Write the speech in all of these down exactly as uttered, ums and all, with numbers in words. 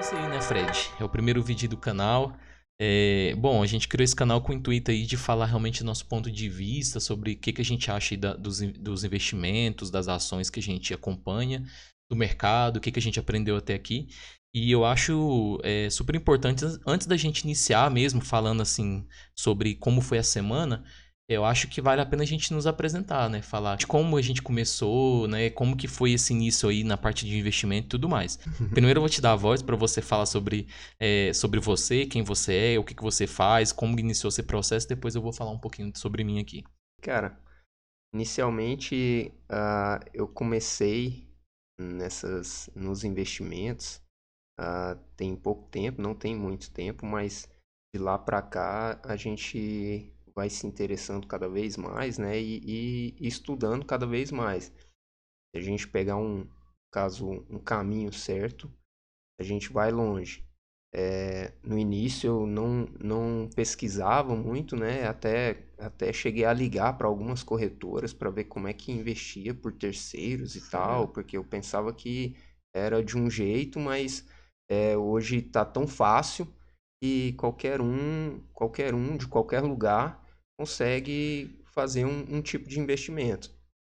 isso aí, né, Fred? É o primeiro vídeo do canal. É, bom, a gente criou esse canal com o intuito aí de falar realmente do nosso ponto de vista sobre o que, que a gente acha aí da- dos, in- dos investimentos, das ações que a gente acompanha, do mercado, o que, que a gente aprendeu até aqui. E eu acho é, super importante, an- antes da gente iniciar mesmo falando assim sobre como foi a semana, eu acho que vale a pena a gente nos apresentar, né? Falar de como a gente começou, né? Como que foi esse início aí na parte de investimento e tudo mais. Primeiro eu vou te dar a voz para você falar sobre, é, sobre você, quem você é, o que, que você faz, como iniciou esse processo. Depois eu vou falar um pouquinho sobre mim aqui. Cara, inicialmente ah, eu comecei nessas nos investimentos ah, tem pouco tempo, não tem muito tempo, mas de lá para cá a gente vai se interessando cada vez mais, né? E, e estudando cada vez mais. Se a gente pegar um caso, um caminho certo, a gente vai longe. É, no início eu não, não pesquisava muito, né? Até, até cheguei a ligar para algumas corretoras para ver como é que investia por terceiros e tal, Certo. porque eu pensava que era de um jeito, mas é, hoje tá tão fácil que qualquer um, qualquer um de qualquer lugar consegue fazer um, um tipo de investimento.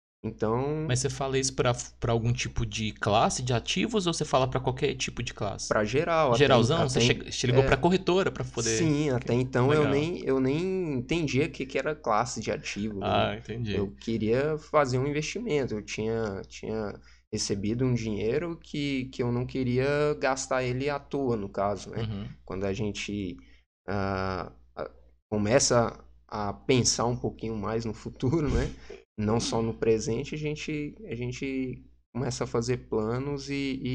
Então, Mas você fala isso para para algum tipo de classe de ativos ou você fala para qualquer tipo de classe? para geral, até, Geralzão, você até chega, te ligou para é, corretora para poder. sim, até então eu Legal. nem, eu nem entendia o que, que era classe de ativo, né? Ah, entendi. Eu queria fazer um investimento, eu tinha, tinha recebido um dinheiro que, que eu não queria gastar ele à toa, no caso, né? Uhum. Quando a gente ah, ah, começa a pensar um pouquinho mais no futuro, né? Não só no presente, a gente, a gente começa a fazer planos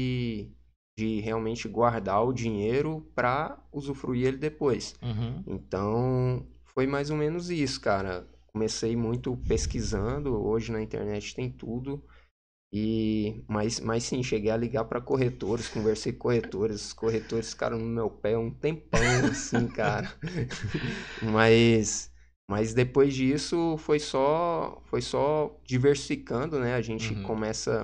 e, de realmente guardar o dinheiro para usufruir ele depois. Uhum. Então, foi mais ou menos isso, cara. Comecei muito pesquisando, hoje na internet tem tudo. E mas, mas sim, cheguei a ligar para corretores, conversei com corretores, os corretores ficaram no meu pé um tempão assim, cara. Mas mas depois disso foi só foi só diversificando, né? A gente Uhum. começa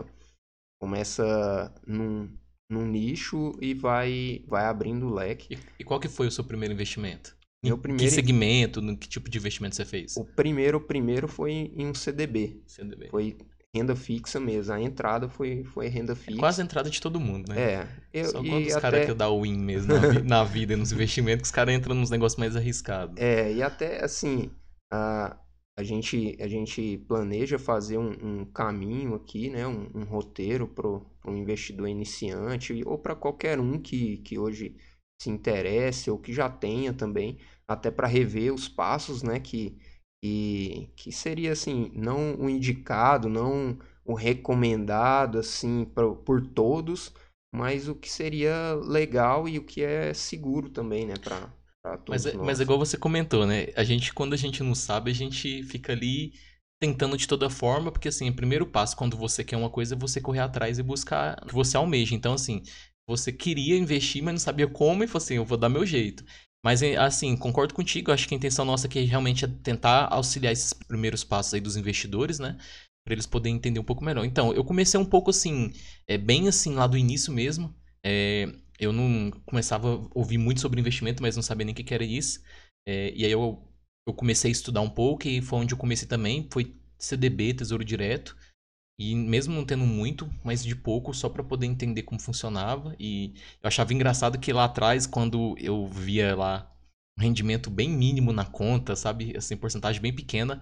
começa num, num nicho e vai, vai abrindo o leque. E, e qual que foi o seu primeiro investimento? Meu Em que primeiro, segmento, no que tipo de investimento você fez? o primeiro, o primeiro foi em um C D B. C D B. Foi renda fixa mesmo. A entrada foi, foi renda É quase a fixa. entrada de todo mundo, né? É, eu, Só quando e os caras até querem dar win mesmo na, vi na vida e nos investimentos, que os caras entram nos negócios mais arriscados. É, e até assim, a, a gente, a gente planeja fazer um, um caminho aqui, né? Um, um roteiro para um investidor iniciante ou para qualquer um que, que hoje se interesse ou que já tenha também, até para rever os passos, né? Que, que, que seria assim, não o indicado, não o recomendado assim pra, por todos, mas o que seria legal e o que é seguro também, né? Para para Mas todos é, mas é nós. igual você comentou, né? A gente, quando a gente não sabe, a gente fica ali tentando de toda forma, porque assim, o primeiro passo quando você quer uma coisa é você correr atrás e buscar o que você almeja. Então, assim, você queria investir, mas não sabia como e falou assim, eu vou dar meu jeito. Mas, é, assim, concordo contigo, acho que a intenção nossa aqui realmente é tentar auxiliar esses primeiros passos aí dos investidores, né? Para eles poderem entender um pouco melhor. Então, eu comecei um pouco assim, é, bem assim, lá do início mesmo. É, eu não começava a ouvir muito sobre investimento, mas não sabia nem o que que era isso. É, e aí eu, eu comecei a estudar um pouco e foi onde eu comecei também. Foi C D B, Tesouro Direto. E mesmo não tendo muito, mas de pouco, só para poder entender como funcionava. E eu achava engraçado que lá atrás, quando eu via lá um rendimento bem mínimo na conta, sabe? Assim, porcentagem bem pequena,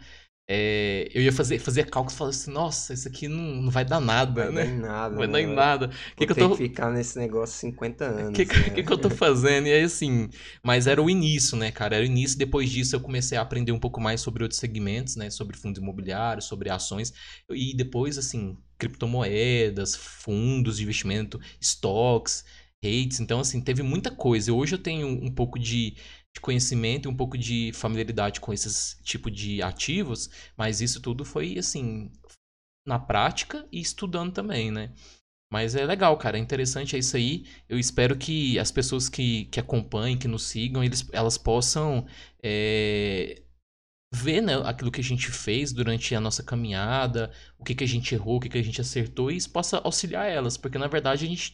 é, eu ia fazer, fazer cálculos e falava assim, nossa, isso aqui não, não vai dar nada, Vai dar né? em Não nada, vai dar né? em Vai- nada. O que, Vou que eu ter que tô ficar nesse negócio cinquenta o que, anos, que, né? que eu tô fazendo? E aí, assim, mas era o início, né, cara? Era o início. Depois disso, eu comecei a aprender um pouco mais sobre outros segmentos, né? Sobre fundos imobiliários, sobre ações. E depois, assim, criptomoedas, fundos de investimento, stocks, rates. Então, assim, teve muita coisa. Hoje eu tenho um pouco de, de conhecimento e um pouco de familiaridade com esses tipo de ativos, mas isso tudo foi, assim, na prática e estudando também, né? Mas é legal, cara. É interessante, é isso aí. Eu espero que as pessoas que, que acompanhem, que nos sigam, eles, elas possam é, ver, né, aquilo que a gente fez durante a nossa caminhada, o que, que a gente errou, o que, que a gente acertou, e isso possa auxiliar elas. Porque, na verdade, a gente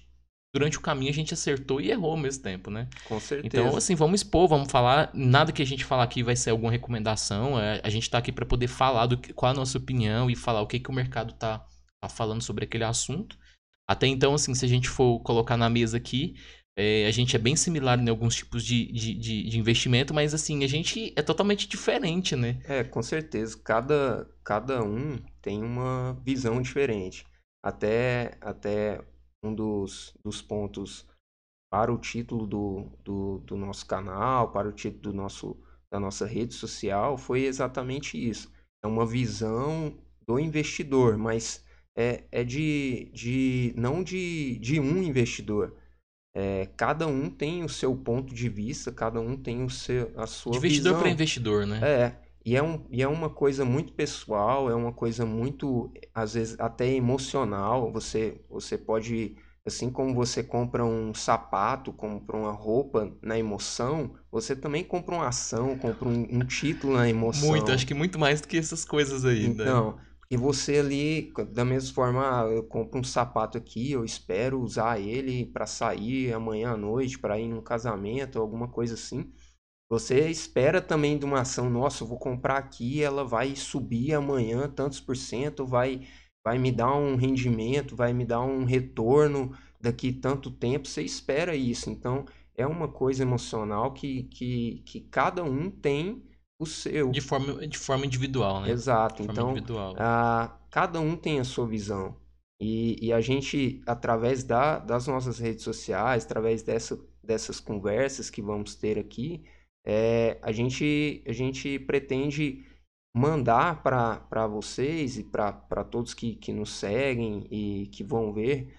durante o caminho a gente acertou e errou ao mesmo tempo, né? Com Então, certeza. assim, vamos expor, vamos falar. Nada que a gente falar aqui vai ser alguma recomendação. é, a gente tá aqui para poder falar do que- qual a nossa opinião e falar o que, que o mercado tá, tá falando sobre aquele assunto. Até então, assim, se a gente for colocar na mesa aqui, é, a gente é bem similar em alguns tipos de, de, de, de investimento, mas assim, a gente é totalmente diferente, né? É, com certeza. Cada, cada um tem uma visão diferente. Até, até um dos, dos pontos para o título do, do, do nosso canal, para o título do nosso, da nossa rede social, foi exatamente isso. É uma visão do investidor, mas é, é de, de não de, de um investidor. É, cada um tem o seu ponto de vista, cada um tem o seu, a De sua investidor para visão. investidor, né? É, e é, um, e é uma coisa muito pessoal, é uma coisa muito, às vezes, até emocional. Você, você pode, assim como você compra um sapato, compra uma roupa na emoção, você também compra uma ação, compra um, um título na Muito, acho emoção. que muito mais do que essas coisas aí, né? Então, e você ali, da mesma forma, ah, eu compro um sapato aqui, eu espero usar ele para sair amanhã à noite, para ir num casamento, alguma coisa assim. Você espera também de uma ação, nossa, eu vou comprar aqui, ela vai subir amanhã tantos por cento, vai, vai me dar um rendimento, vai me dar um retorno daqui tanto tempo. Você espera isso. Então, é uma coisa emocional que, que, que cada um tem o De seu. forma, de forma individual, né? Exato. De forma Então, individual. ah, cada um tem a sua visão. E, e a gente, através da, das nossas redes sociais, através dessa, dessas conversas que vamos ter aqui, é, a gente, a gente pretende mandar para vocês e para todos que, que nos seguem e que vão ver,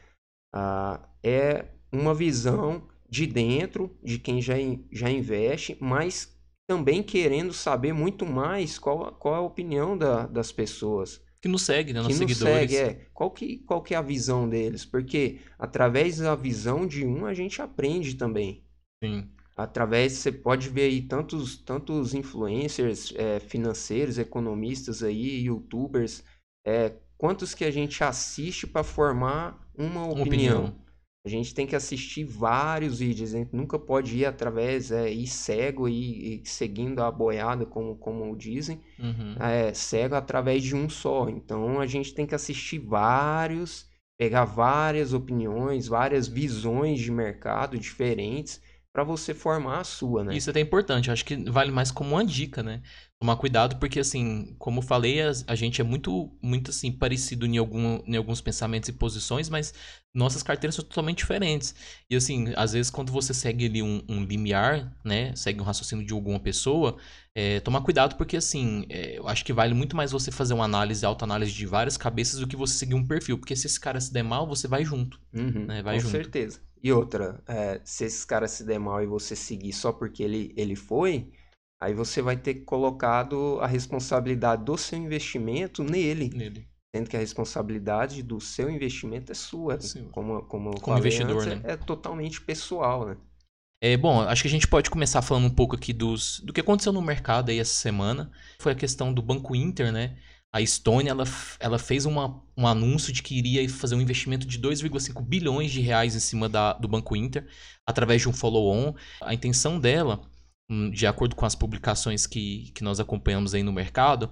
ah, é uma visão de dentro, de quem já, in- já investe, mas também querendo saber muito mais qual, a- qual é a opinião da- das pessoas Que nos segue, né? que Nossos nos segue, seguidores. é, qual que, qual que é a visão deles, porque através da visão de um a gente aprende também. Sim. Através, você pode ver aí tantos, tantos influencers é, financeiros, economistas aí, YouTubers, é, quantos que a gente assiste para formar uma Uma opinião. opinião. A gente tem que assistir vários vídeos, a gente nunca pode ir através, é, ir cego e, e seguindo a boiada, como, como dizem, Uhum. é, cego através de um só. Então a gente tem que assistir vários, pegar várias opiniões, várias visões de mercado diferentes para você formar a sua, né? Isso é até importante, eu acho que vale mais como uma dica, né? Tomar cuidado, porque assim, como eu falei, a, a gente é muito, muito assim, parecido em, algum, em alguns pensamentos e posições, mas nossas carteiras são totalmente diferentes. E assim, às vezes quando você segue ali um, um limiar, né? Segue um raciocínio de alguma pessoa, é, tomar cuidado, porque assim, é, eu acho que vale muito mais você fazer uma análise, autoanálise de várias cabeças do que você seguir um perfil. Porque se esse cara se der mal, você vai junto, Uhum, né? Vai com junto. certeza. E outra, é, se esses caras se der mal e você seguir só porque ele, ele foi, aí você vai ter colocado a responsabilidade do seu investimento nele, Nele. sendo que a responsabilidade do seu investimento é sua. Sim. Como, como eu Como falei investidor, antes, é, né? é totalmente pessoal, né? É, bom, acho que a gente pode começar falando um pouco aqui dos, do que aconteceu no mercado aí essa semana. Foi a questão do Banco Inter, né? A Estônia, ela, f- ela fez uma, um anúncio de que iria fazer um investimento de dois vírgula cinco bilhões de reais em cima da, do Banco Inter, através de um follow-on. A intenção dela, hum, de acordo com as publicações que, que nós acompanhamos aí no mercado,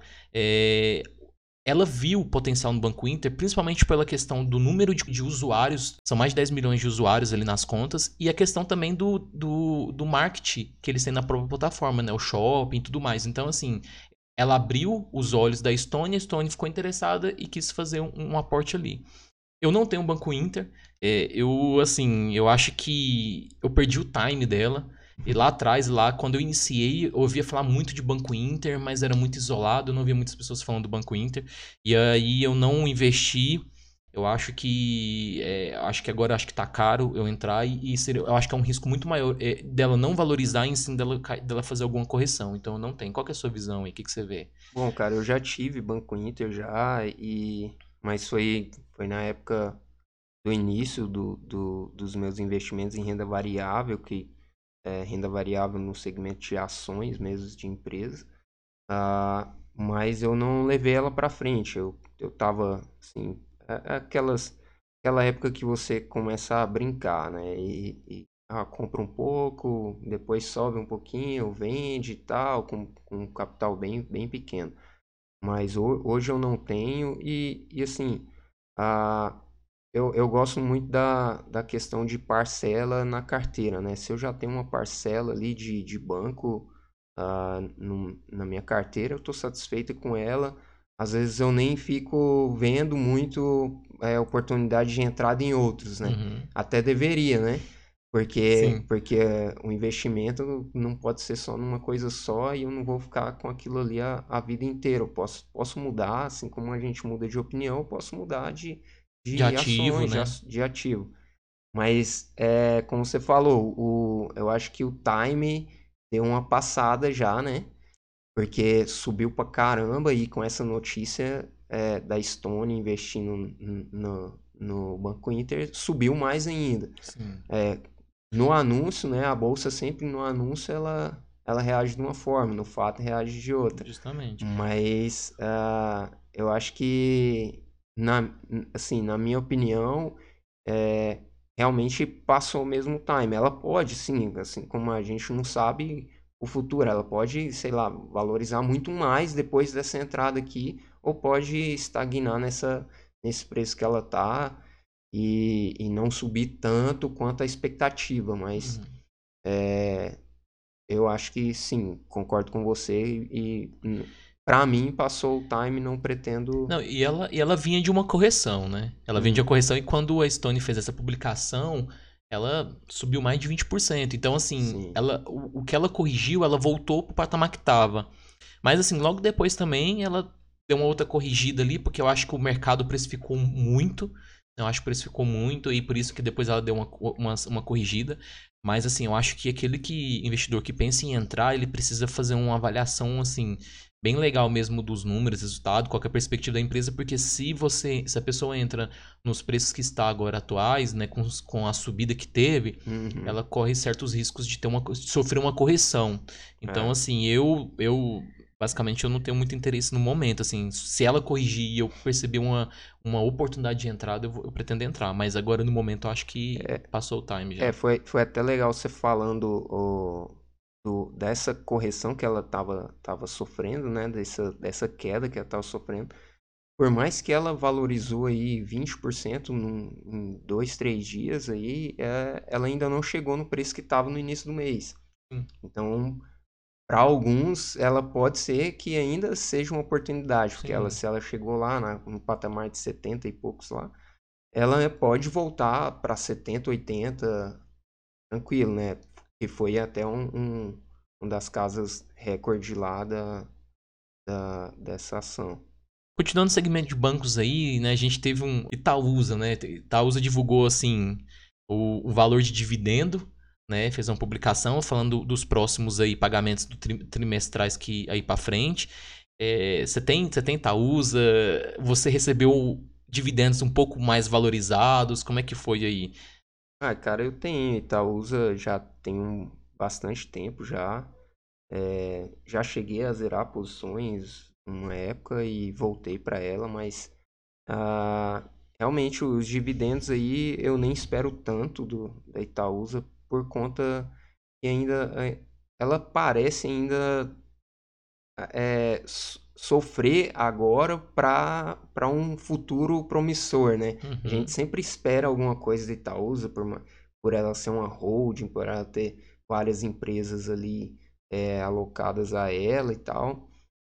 é ela viu o potencial no Banco Inter, principalmente pela questão do número de, de usuários, são mais de dez milhões de usuários ali nas contas, e a questão também do, do, do marketing que eles têm na própria plataforma, né? O shopping e tudo mais. Então, assim, ela abriu os olhos da Estônia, a Estônia ficou interessada e quis fazer um, um aporte ali. Eu não tenho um Banco Inter. É, eu, assim, eu acho que eu perdi o time dela. E lá atrás, lá, quando eu iniciei, eu ouvia falar muito de Banco Inter, mas era muito isolado, eu não via muitas pessoas falando do Banco Inter. E aí eu não investi. Eu acho que. É, acho que agora acho que tá caro eu entrar e, e seria, eu acho que é um risco muito maior é, dela não valorizar e sim dela, ca- dela fazer alguma correção. Então eu não tenho. Qual que é a sua visão aí? O que, que você vê? Bom, cara, eu já tive Banco Inter já, e mas foi, foi na época do início do, do, dos meus investimentos em renda variável, que é renda variável no segmento de ações mesmo de empresa. Ah, mas eu não levei ela para frente. Eu, eu tava assim, a- aquelas aquela época que você começa a brincar, né? E, e ah, compra um pouco, depois sobe um pouquinho, vende e tal, com, com um capital bem, bem pequeno. Mas ho- hoje eu não tenho e, e assim, a, eu, eu gosto muito da, da questão de parcela na carteira, né? Se eu já tenho uma parcela ali de, de banco, ah, no- na minha carteira, eu estou satisfeito com ela. Às vezes eu nem fico vendo muito é, oportunidade de entrada em outros, né? Uhum. Até deveria, né? Porque, Sim, porque é, o investimento não pode ser só numa coisa só e eu não vou ficar com aquilo ali a, a vida inteira. Eu posso, posso mudar, assim como a gente muda de opinião, eu posso mudar de, de de ativo, ações, de, né? a- de ativo. Mas, é, como você falou, o, eu acho que o time deu uma passada já, né? Porque subiu pra caramba e com essa notícia é, da Stone investindo n- no, no Banco Inter, subiu mais ainda. Sim, É, no anúncio, né? A bolsa sempre no anúncio ela, ela reage de uma forma, no fato reage de outra. justamente. Mas ah, eu acho que, na, assim, na minha opinião, é, realmente passou o mesmo time. Ela pode, sim, assim como a gente não sabe o futuro, ela pode, sei lá, valorizar muito mais depois dessa entrada aqui, ou pode estagnar nessa, nesse preço que ela tá e, e não subir tanto quanto a expectativa, mas Uhum. é, eu acho que sim, concordo com você e, e para mim passou o time, não pretendo. Não, e ela, e ela vinha de uma correção, né? Ela vinha de uma Uhum, correção e quando a Stone fez essa publicação, ela subiu mais de vinte por cento. Então, assim, sim. ela, o, o que ela corrigiu, ela voltou pro patamar que tava. Mas, assim, logo depois também ela deu uma outra corrigida ali, porque eu acho que o mercado precificou muito. Eu acho que precificou muito e por isso que depois ela deu uma, uma, uma corrigida. Mas, assim, eu acho que aquele que investidor que pensa em entrar, ele precisa fazer uma avaliação, assim, bem legal mesmo dos números, resultado, qual que é a perspectiva da empresa, porque se você, se a pessoa entra nos preços que está agora atuais, né, com, com a subida que teve, Uhum, ela corre certos riscos de ter uma, de sofrer uma correção. Então, é. assim, eu, eu basicamente eu não tenho muito interesse no momento, assim, se ela corrigir e eu perceber uma, uma oportunidade de entrada, eu, vou- eu pretendo entrar, mas agora no momento eu acho que passou o time É, já. foi, foi até legal você falando o, do, dessa correção que ela estava tava sofrendo, né? Dessa, dessa queda que ela estava sofrendo. Por mais que ela valorizou aí vinte por cento num, em dois, três dias aí, é, ela ainda não chegou no preço que estava no início do mês. Sim, Então, para alguns, ela pode ser que ainda seja uma oportunidade, porque ela, sim. se ela chegou lá na, no patamar de setenta e poucos lá, ela pode voltar para setenta, oitenta, tranquilo, né? Que foi até um, um, um das casas recorde lá da, da, dessa ação. Continuando no segmento de bancos aí, né, a gente teve um Itaúsa, né? Itaúsa divulgou assim o, o valor de dividendo, né? Fez uma publicação falando dos próximos aí pagamentos do tri- trimestrais que aí para frente. É, Você tem, você tem Itaúsa? Você recebeu dividendos um pouco mais valorizados? Como é que foi aí? Ah, cara, eu tenho Itaúsa já tem um, bastante tempo já. É, já cheguei a zerar posições uma época e voltei para ela, mas ah, realmente os dividendos aí eu nem espero tanto do, da Itaúsa por conta que ainda eh, ela parece ainda é, so- sofrer agora para para um futuro promissor, né? A gente Uhum, sempre espera alguma coisa de Itaúsa por, uma, por ela ser uma holding, por ela ter várias empresas ali é, alocadas a ela e tal.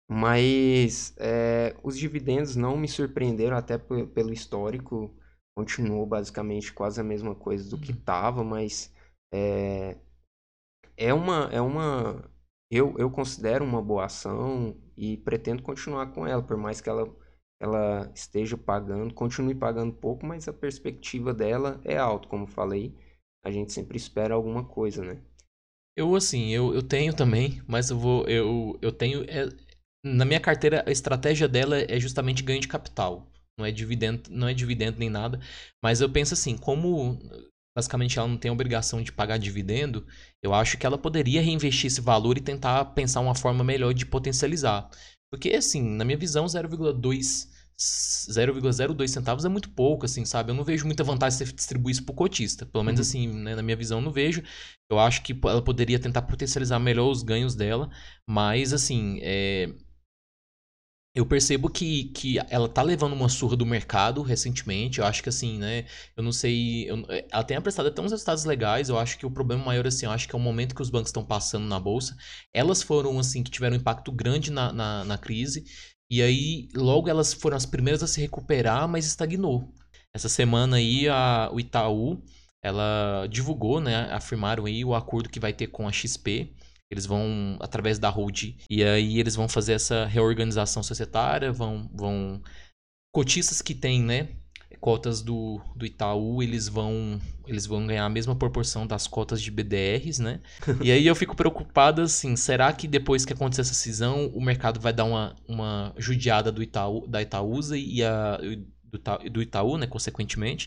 Mas é, os dividendos não me surpreenderam, até pe- pelo histórico, continuou basicamente quase a mesma coisa do que uhum. estava, mas é, é uma, é uma, eu, eu considero uma boa ação e pretendo continuar com ela, por mais que ela, ela esteja pagando, continue pagando pouco, mas a perspectiva dela é alta, como falei, a gente sempre espera alguma coisa, né? Eu, assim, eu, eu tenho também, mas eu vou. Eu, eu tenho. é, na minha carteira, a estratégia dela é justamente ganho de capital. Não é dividendo, não é dividendo nem nada. Mas eu penso assim, como basicamente ela não tem a obrigação de pagar dividendo, eu acho que ela poderia reinvestir esse valor e tentar pensar uma forma melhor de potencializar. Porque, assim, na minha visão, zero vírgula dois zero vírgula zero dois centavos é muito pouco, assim, sabe? Eu não vejo muita vantagem você distribuir isso pro cotista. Pelo menos Uhum. assim, né, na minha visão, eu não vejo. Eu acho que ela poderia tentar potencializar melhor os ganhos dela, mas assim, é... eu percebo que, que ela tá levando uma surra do mercado recentemente. Eu acho que assim, né? Eu não sei. eu- ela tem apresentado até uns resultados legais. Eu acho que o problema maior, assim, eu acho que é o momento que os bancos estão passando na bolsa. Elas foram, assim, que tiveram um impacto grande na, na, na crise. E aí, logo elas foram as primeiras a se recuperar, mas estagnou. Essa semana aí, a, o Itaú, ela divulgou, né? Afirmaram aí o acordo que vai ter com a X P. Eles vão, através da hold, e aí eles vão fazer essa reorganização societária, vão, vão cotistas que têm, né, cotas do, do Itaú, eles vão, eles vão ganhar a mesma proporção das cotas de B D Rs, né? E aí eu fico preocupado assim, será que depois que acontecer essa cisão, o mercado vai dar uma, uma judiada do Itaú, da Itaúsa e a, do, Ita- do Itaú, né, consequentemente,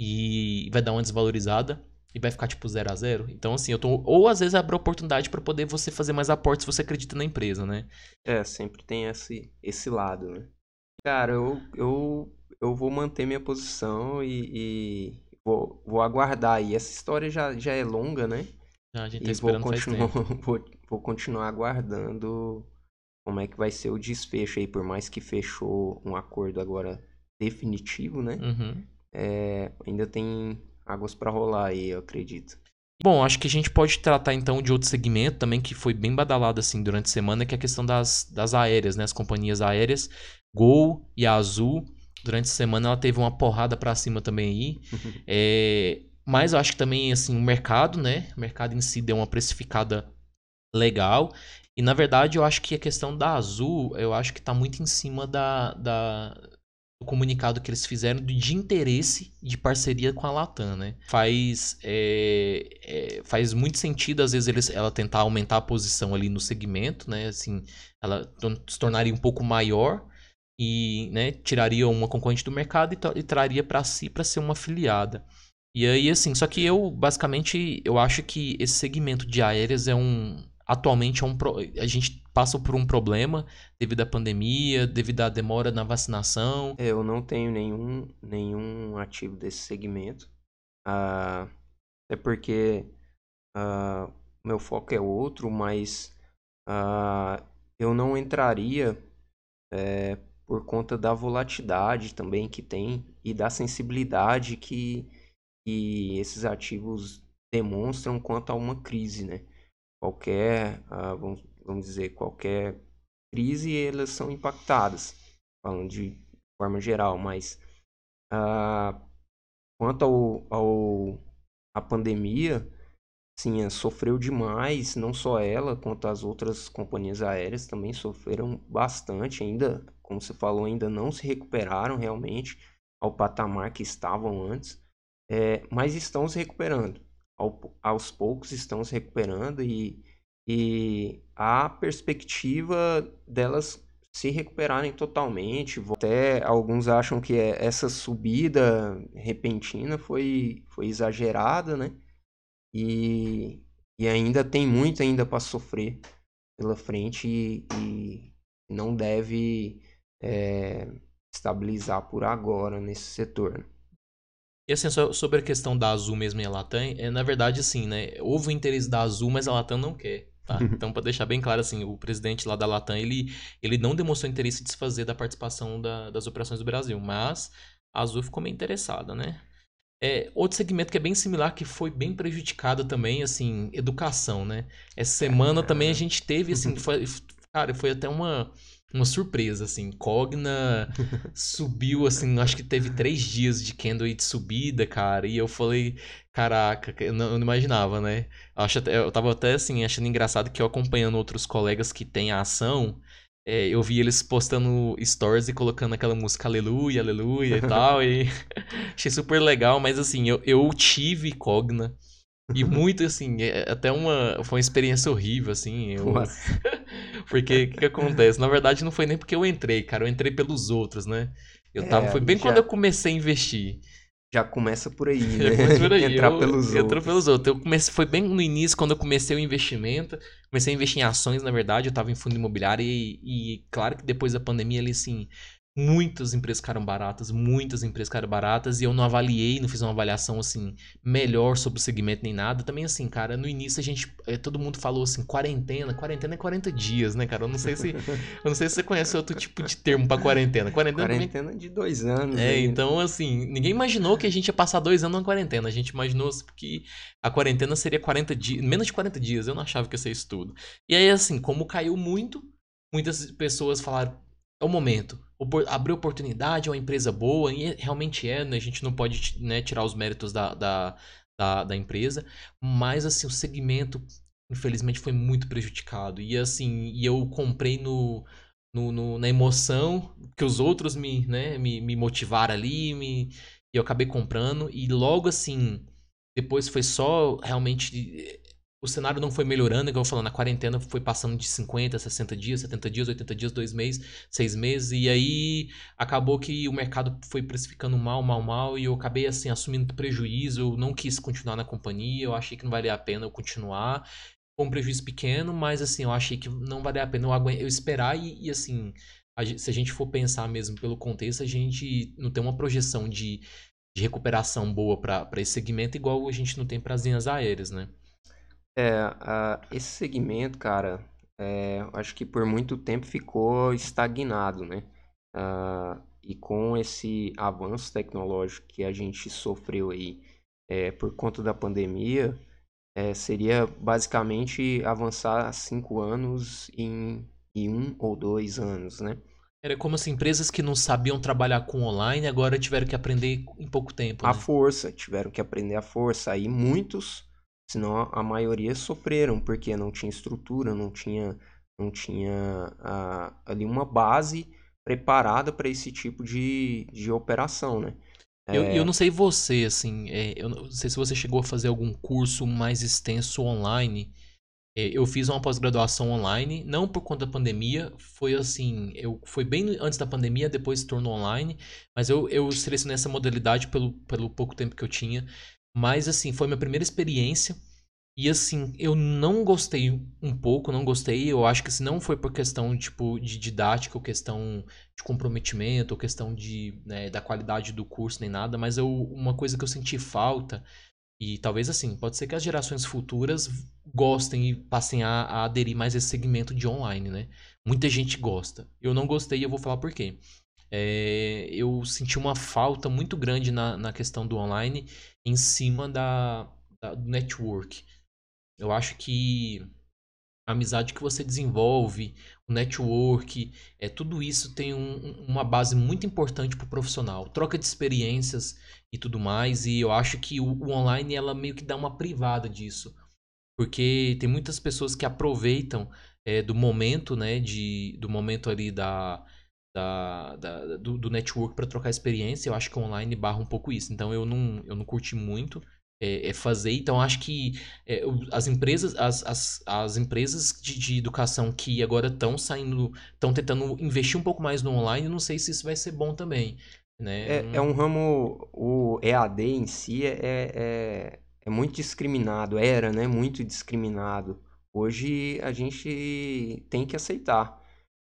e vai dar uma desvalorizada? E vai ficar tipo zero a zero. Então, assim, eu tô. Ou às vezes abre a oportunidade para poder você fazer mais aportes se você acredita na empresa, né? É, sempre tem esse, esse lado, né? Cara, eu, eu, eu vou manter minha posição e, e vou, vou aguardar aí. Essa história já, já é longa, né? Já a gente tá E vou esperando faz continuar, tempo. vou, vou continuar aguardando como é que vai ser o desfecho aí, por mais que fechou um acordo agora definitivo, né? Uhum. É, ainda tem águas pra rolar aí, eu acredito. Bom, acho que a gente pode tratar então de outro segmento também que foi bem badalado assim durante a semana, que é a questão das, das aéreas, né? As companhias aéreas, Gol e a Azul. Durante a semana ela teve uma porrada pra cima também aí. É, mas eu acho que também assim o mercado, né? O mercado em si deu uma precificada legal. E na verdade eu acho que a questão da Azul, eu acho que tá muito em cima da, da, do comunicado que eles fizeram de interesse de parceria com a Latam, né? Faz, é, é, faz muito sentido, às vezes, eles, ela tentar aumentar a posição ali no segmento, né? Assim, ela to- se tornaria um pouco maior e, né, tiraria uma concorrente do mercado e, tra- e traria para si para ser uma afiliada. E aí, assim, só que eu, basicamente, eu acho que esse segmento de aéreas é um... Atualmente é um... pro- a gente passa por um problema devido à pandemia, devido à demora na vacinação. É, eu não tenho nenhum, nenhum ativo desse segmento. Ah, é porque ah, meu foco é outro, mas ah, eu não entraria é, por conta da volatilidade também que tem e da sensibilidade que, que esses ativos demonstram quanto a uma crise, né? Qualquer, ah, vamos, vamos dizer, qualquer crise, elas são impactadas, falando de forma geral, mas ah, quanto ao, ao a pandemia, sim, é, sofreu demais, não só ela, quanto as outras companhias aéreas também sofreram bastante, ainda, como você falou, ainda não se recuperaram realmente ao patamar que estavam antes, é, mas estão se recuperando. Ao, aos poucos estão se recuperando e, e há perspectiva delas se recuperarem totalmente. Até alguns acham que é- essa subida repentina foi, foi exagerada, né? E, e ainda tem muito ainda para sofrer pela frente e, e não deve é, estabilizar por agora nesse setor. E assim, so- sobre a questão da Azul mesmo e a Latam, é, na verdade, assim, né? Houve o interesse da Azul, mas a Latam não quer, tá? Então, para deixar bem claro, assim, o presidente lá da Latam, ele, ele não demonstrou interesse em desfazer da participação da- das operações do Brasil, mas a Azul ficou meio interessada, né? É, outro segmento que é bem similar, que foi bem prejudicado também, assim, educação, né? Essa semana também a Cara, gente teve, assim, foi, cara, foi até uma, uma surpresa, assim, Cogna subiu, assim, acho que teve três dias de candle aí de subida, cara, e eu falei, caraca, eu não, eu não imaginava, né? Eu, acho até- eu tava até, assim, achando engraçado que eu acompanhando outros colegas que têm a ação, é, eu vi eles postando stories e colocando aquela música Aleluia, Aleluia e tal, e achei super legal, mas assim, eu, eu tive Cogna e muito assim, é até uma foi uma experiência horrível assim, eu nossa. porque o que, que acontece? Na verdade não foi nem porque eu entrei, cara, eu entrei pelos outros, né? Eu tava É, foi aí bem quando eu já, comecei a investir. já começa por aí, Já né? comecei por aí, Entrar eu pelos entrou pelos outros. outros. Eu comecei foi bem no início quando eu comecei o investimento, comecei a investir em ações, na verdade, eu tava em fundo imobiliário e, e claro que depois da pandemia ali assim, Muitas empresas ficaram baratas, muitas empresas ficaram baratas, e eu não avaliei, não fiz uma avaliação assim melhor sobre o segmento nem nada. Também assim, cara, no início a gente, eh, todo mundo falou assim, quarentena, quarentena é quarenta dias, né, cara? Eu não sei se, eu não sei se você conhece outro tipo de termo pra quarentena. Quarentena também Quarentena de dois anos é, aí, né? então, assim, ninguém imaginou que a gente ia passar dois anos na quarentena. A gente imaginou que a quarentena seria quarenta dias, menos de quarenta dias. Eu não achava que ia ser isso tudo. E aí, assim, como caiu muito, muitas pessoas falaram: é o momento. Opor- Abriu oportunidade, é uma empresa boa, e realmente é, né? A gente não pode, né, tirar os méritos da, da, da, da empresa. Mas, assim, o segmento, infelizmente, foi muito prejudicado. E, assim, e eu comprei no no, no- na emoção que os outros me, né, me, me motivaram ali, me, e eu acabei comprando. E logo assim, depois foi só realmente. O cenário não foi melhorando, igual eu falando, a quarentena foi passando de cinquenta, sessenta dias, setenta dias, oitenta dias, dois meses, seis meses, e aí acabou que o mercado foi precificando mal, mal, mal, e eu acabei assim assumindo prejuízo, eu não quis continuar na companhia, eu achei que não valia a pena eu continuar, foi um prejuízo pequeno, mas assim, eu achei que não valia a pena eu, aguen- eu esperar e, e, assim, a gen- se a gente for pensar mesmo pelo contexto, a gente não tem uma projeção de, de recuperação boa para esse segmento igual a gente não tem para as linhas aéreas, né? É, a- esse segmento, cara, é, eu acho que por muito tempo ficou estagnado, né? Ah, e com esse avanço tecnológico que a gente sofreu aí, é, por conta da pandemia, é, seria basicamente avançar cinco anos em, em um ou dois anos, né? Era como se empresas que não sabiam trabalhar com online agora tiveram que aprender em pouco tempo, A né? força, tiveram que aprender a força. Aí muitos, senão a maioria sofreram, porque não tinha estrutura, não tinha, não tinha ah, ali uma base preparada para esse tipo de, de operação, né? Eu, eu É, não sei você, assim, é, eu não sei se você chegou a fazer algum curso mais extenso online. É, eu fiz uma pós-graduação online, não por conta da pandemia, foi assim, eu foi bem antes da pandemia, depois se tornou online, mas eu, eu selecionei essa modalidade pelo, pelo pouco tempo que eu tinha. Mas assim, foi minha primeira experiência. E assim, eu não gostei um pouco, não gostei. Eu acho que se não foi por questão, tipo, de didática, ou questão de comprometimento, ou questão de, né, da qualidade do curso, nem nada, mas eu, uma coisa que eu senti falta e talvez assim, pode ser que as gerações futuras gostem e passem a, a aderir mais a esse segmento de online, né? Muita gente gosta. Eu não gostei e eu vou falar por quê. É, eu senti uma falta muito grande na, na questão do online em cima da, da- do network. Eu acho que a amizade que você desenvolve, o network, é, tudo isso tem um- um- uma base muito importante para o profissional. Troca de experiências e tudo mais, e eu acho que o, o online ela meio que dá uma privada disso. Porque tem muitas pessoas que aproveitam é, do momento, né, de, do momento ali da, da, da- do, do network para trocar experiência. Eu acho que o online barra um pouco isso. Então eu não, eu não curti muito é, é fazer. Então acho que é, o- as empresas, as, as, as empresas de, de educação que agora estão saindo, estão tentando investir um pouco mais no online. Não sei se isso vai ser bom também, né? é, é um ramo, o E A D em si é, é, é muito discriminado, era, né? Muito discriminado. Hoje a gente tem que aceitar,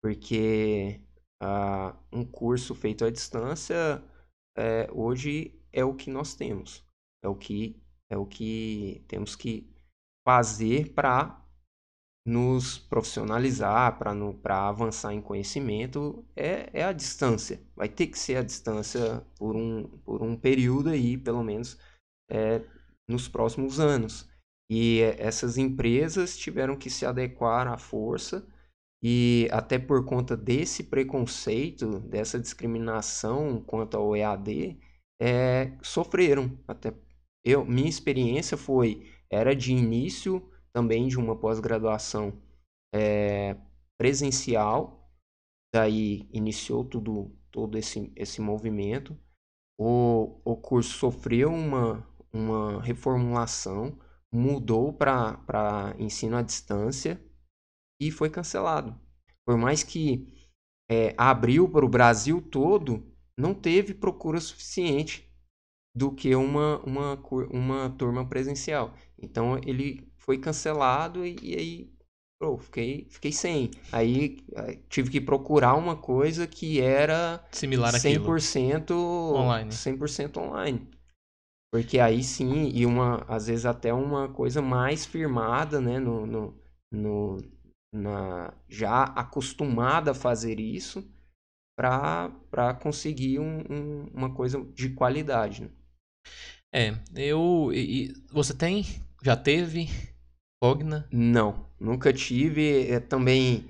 porque ah, um curso feito à distância é, hoje é o que nós temos, é o que é o que temos que fazer para nos profissionalizar, para para avançar em conhecimento, é, é a distância. Vai ter que ser a distância por um, por um período aí, pelo menos, é, nos próximos anos. E é, essas empresas tiveram que se adequar à força e até por conta desse preconceito, dessa discriminação quanto ao E A D, é, sofreram. Até eu, minha experiência foi, era de início também de uma pós-graduação é, presencial, daí iniciou tudo, todo esse, esse movimento. O, o curso sofreu uma, uma reformulação, mudou para ensino à distância e foi cancelado. Por mais que é, abriu para o Brasil todo, não teve procura suficiente do que uma, uma, uma turma presencial. Então ele foi cancelado e, e aí Pô, fiquei, fiquei sem. Aí eh, tive que procurar uma coisa que era Similar cem àquilo. por cento, Online. cem por cento online. Porque aí sim, e uma, às vezes até uma coisa mais firmada, né, no, no, no- na, já acostumada a fazer isso para para conseguir um- um- uma coisa de qualidade, né? É, eu. E, e você tem? Já teve? Cogna? Não, nunca tive. É, também,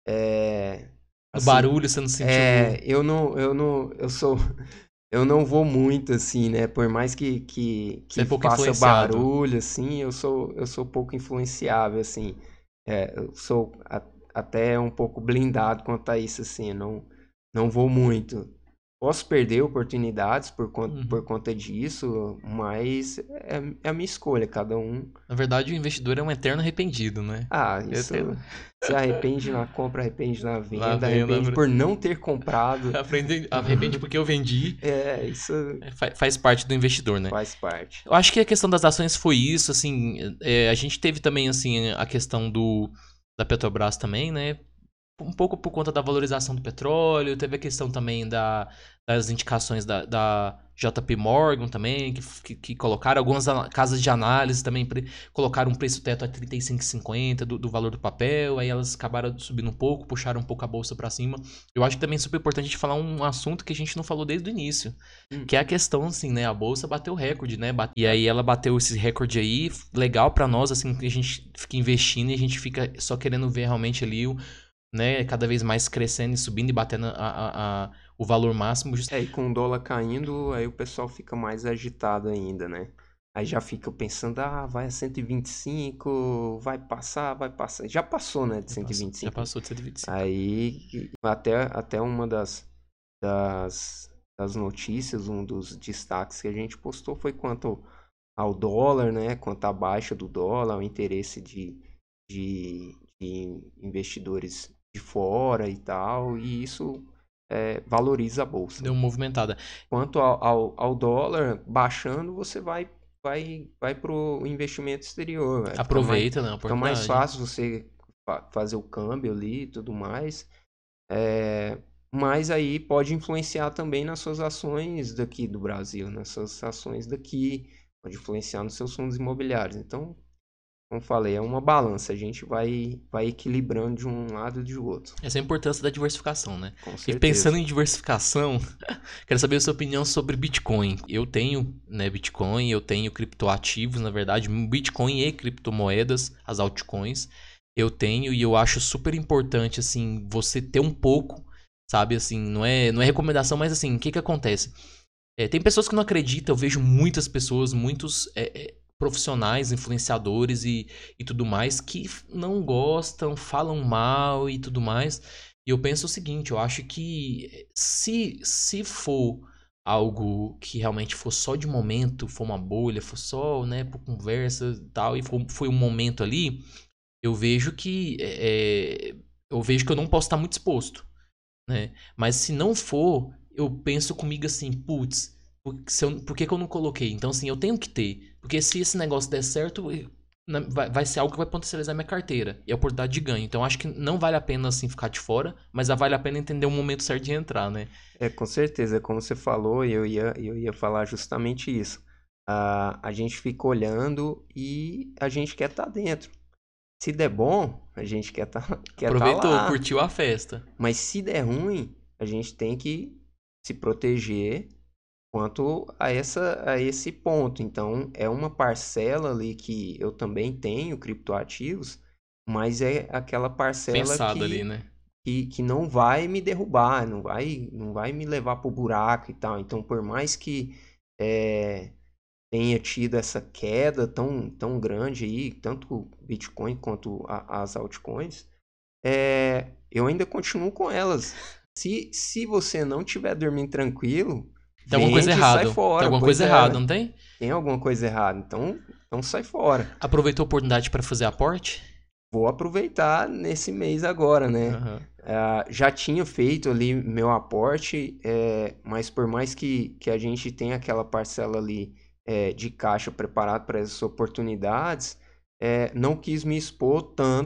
é, No assim, barulho você não sentiu. é, eu não, eu não, eu sou, eu não vou muito assim, né? Por mais que, que, Você é que pouco faça influenciado. barulho, assim, eu sou, eu sou pouco influenciável, assim. É, eu sou a- até um pouco blindado quanto a isso, assim. Eu não, não vou muito. Posso perder oportunidades por, con- por Uhum. conta disso, mas é, é a minha escolha, cada um. Na verdade, o investidor é um eterno arrependido, né? Ah, Eu isso tenho. se arrepende na compra, arrepende na Na venda, venda. arrepende por não ter comprado. Aprendi, arrepende porque eu vendi. É, isso É, fa- faz parte do investidor, né? faz parte. Eu acho que a questão das ações foi isso, assim. É, a gente teve também, assim, a questão do da Petrobras também, né? Um pouco por conta da valorização do petróleo, teve a questão também da, das indicações da, da J P Morgan também, que, que, que colocaram algumas ana- casas de análise também, pre- colocaram um preço teto a trinta e cinco e cinquenta do, do valor do papel, aí elas acabaram subindo um pouco, puxaram um pouco a bolsa para cima. Eu acho que também é super importante a gente falar um assunto que a gente não falou desde o início, Hum, que é a questão, assim, né, a bolsa bateu recorde, né, bate- e aí ela bateu esse recorde aí, legal para nós, assim, que a gente fica investindo e a gente fica só querendo ver realmente ali o né, cada vez mais crescendo e subindo e batendo a, a, a- o valor máximo. just- É, e com o dólar caindo, aí o pessoal fica mais agitado ainda, né? Aí já fica pensando, ah, vai a cento e vinte e cinco, vai passar, vai passar. Já passou, né, de Já passou, já cento e vinte e cinco. passou de cento e vinte e cinco. Aí, até, até uma das, das, das notícias, um dos destaques que a gente postou foi quanto ao dólar, né? Quanto à baixa do dólar, ao interesse de, de, de investidores de fora e tal, e isso é, valoriza a bolsa, Deu né? uma movimentada. Quanto ao, ao, ao dólar baixando, você vai vai vai para o investimento exterior, vai ficar mais Aproveita, né, a fica mais oportunidade. fácil você fa- fazer o câmbio ali e tudo mais. É, mas aí pode influenciar também nas suas ações daqui do Brasil, nas suas ações daqui, pode influenciar nos seus fundos imobiliários. Então, como falei, é uma balança, a gente vai, vai equilibrando de um lado e de outro, Essa é a importância da diversificação, né? com E pensando certeza. em diversificação, quero saber a sua opinião sobre Bitcoin. Eu tenho, né, Bitcoin, eu tenho criptoativos, na verdade, Bitcoin e criptomoedas, as altcoins. Eu tenho e eu acho super importante, assim, você ter um pouco, sabe, assim, não é, não é recomendação, mas assim, o que que acontece? É, tem pessoas que não acreditam, eu vejo muitas pessoas, muitos é, é, profissionais, influenciadores e, e tudo mais que f- não gostam, falam mal e tudo mais. E eu penso o seguinte, eu acho que eh, se, se for algo que realmente for só de momento, for uma bolha, for só, né, por conversa e tal, e for, foi um momento ali, eu vejo que é, é, eu vejo que eu não posso estar muito exposto, né? Mas se não for, eu penso comigo assim, putz, por, se eu- por que, que eu não coloquei? Então, assim, eu tenho que ter. Porque se esse negócio der certo, eu- na- vai, vai ser algo que vai potencializar minha carteira e a oportunidade de ganho. Então, acho que não vale a pena, assim, ficar de fora, mas vale a pena entender o momento certo de entrar, né? É, com certeza, como você falou, eu ia, eu ia falar justamente isso. A, a gente fica olhando e a gente quer estar dentro. Se der bom, a gente quer estar quer tá Aproveitou, lá. curtiu a festa. Mas se der ruim, a gente tem que se proteger quanto a, essa, a esse ponto. Então, é uma parcela ali que eu também tenho criptoativos, mas é aquela parcela Pensado ali, que, né? que, que não vai me derrubar, não vai, não vai me levar para o buraco e tal. Então, por mais que é, tenha tido essa queda tão, tão grande aí, tanto o Bitcoin quanto a- as altcoins, é, eu ainda continuo com elas. Se, se você não estiver dormindo tranquilo, Tem alguma coisa vende e sai errada. Tem fora. alguma Pois coisa é, errada, ué. não tem? Tem alguma coisa errada. Então, então sai fora. Aproveitou a oportunidade para fazer aporte? Vou aproveitar nesse mês agora, né? Aham. Ah, já tinha feito ali meu aporte, é, mas por mais que, que a gente tenha aquela parcela ali é, de caixa preparado para essas oportunidades, é, não quis me expor tanto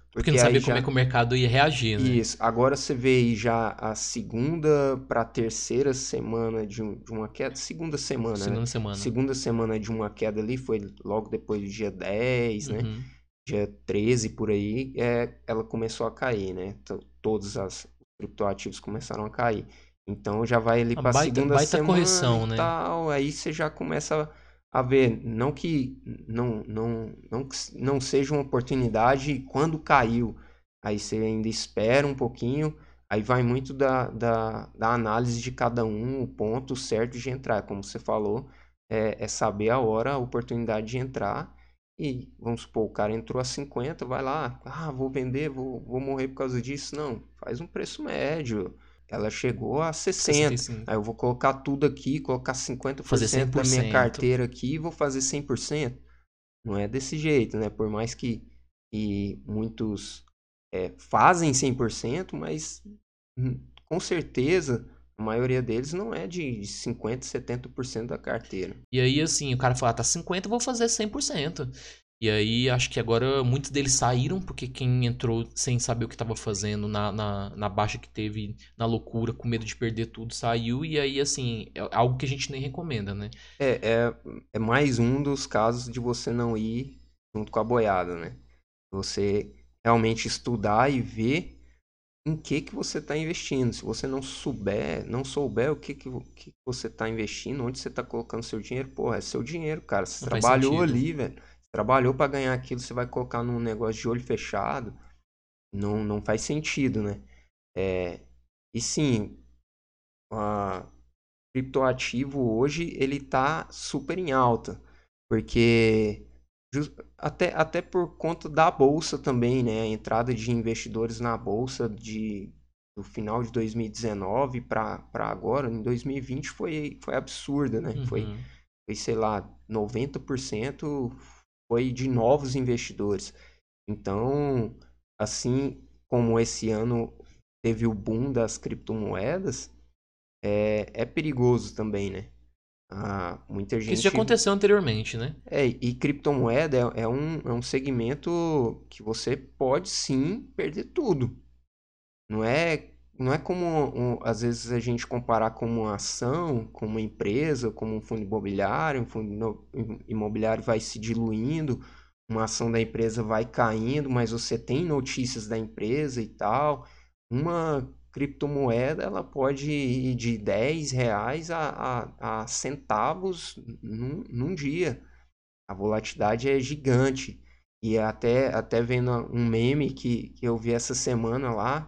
Porque não Porque aí sabia como é já. que o mercado ia reagir, né? Isso. Agora você vê aí já a segunda para terceira semana de, um- de uma queda. Segunda semana, né? Segunda semana. Segunda semana de uma queda ali foi logo depois do dia dez, né? Uhum. Dia treze por aí, é, ela começou a cair, né? T- Todos as- os criptoativos começaram a cair. Então já vai ali Uma para a baita, segunda baita semana e correção, né? tal, aí você já começa a ver, não que não, não, não, que s- não seja uma oportunidade quando caiu, aí você ainda espera um pouquinho, aí vai muito da, da, da análise de cada um, o ponto certo de entrar, como você falou, é, é saber a hora, a oportunidade de entrar. E vamos supor, o cara entrou a cinquenta, vai lá, ah, vou vender, vou, vou morrer por causa disso. Não, faz um preço médio. Ela chegou a sessenta. sessenta e cinco. Aí eu vou colocar tudo aqui, colocar cinquenta por Fazer cem cento da por minha cento. carteira aqui e vou fazer cem por cento. Não é desse jeito, né? Por mais que e muitos é, fazem cem por cento, mas hum, com certeza a maioria deles não é de cinquenta, setenta por cento da carteira. E aí, assim, o cara fala, ah, tá cinquenta, eu vou fazer cem por cento. E aí, acho que agora muitos deles saíram, porque quem entrou sem saber o que estava fazendo, na, na, na baixa que teve, na loucura, com medo de perder tudo, saiu. E aí, assim, é algo que a gente nem recomenda, né? É, é, é mais um dos casos de você não ir junto com a boiada, né? Você realmente estudar e ver em que que você está investindo. Se você não souber, não souber o que que, o que que você está investindo, onde você está colocando seu dinheiro, porra, é seu dinheiro, cara. Você Não faz trabalhou sentido. ali, velho. Você trabalhou para ganhar aquilo, você vai colocar num negócio de olho fechado. Não, não faz sentido, né? É, e sim, a criptoativo hoje ele tá super em alta, porque jus- até, até por conta da bolsa também, né? A entrada de investidores na bolsa de do final de dois mil e dezenove para para agora, em dois mil e vinte foi foi absurda, né? Foi, Uhum. foi sei lá, noventa por cento foi de novos investidores. Então, assim como esse ano teve o boom das criptomoedas, é, é perigoso também, né? Ah, muita Que isso já gente. aconteceu anteriormente, né? É, e criptomoeda é, é um, é um segmento que você pode sim perder tudo. Não é, não é como um- às vezes a gente comparar como uma ação, como uma empresa, como um fundo imobiliário, um fundo ino- imobiliário vai se diluindo, uma ação da empresa vai caindo, mas você tem notícias da empresa e tal. Uma criptomoeda ela pode ir de dez reais a, a, a centavos num, num dia. A volatilidade é gigante. E até, até vendo um meme que, que eu vi essa semana lá,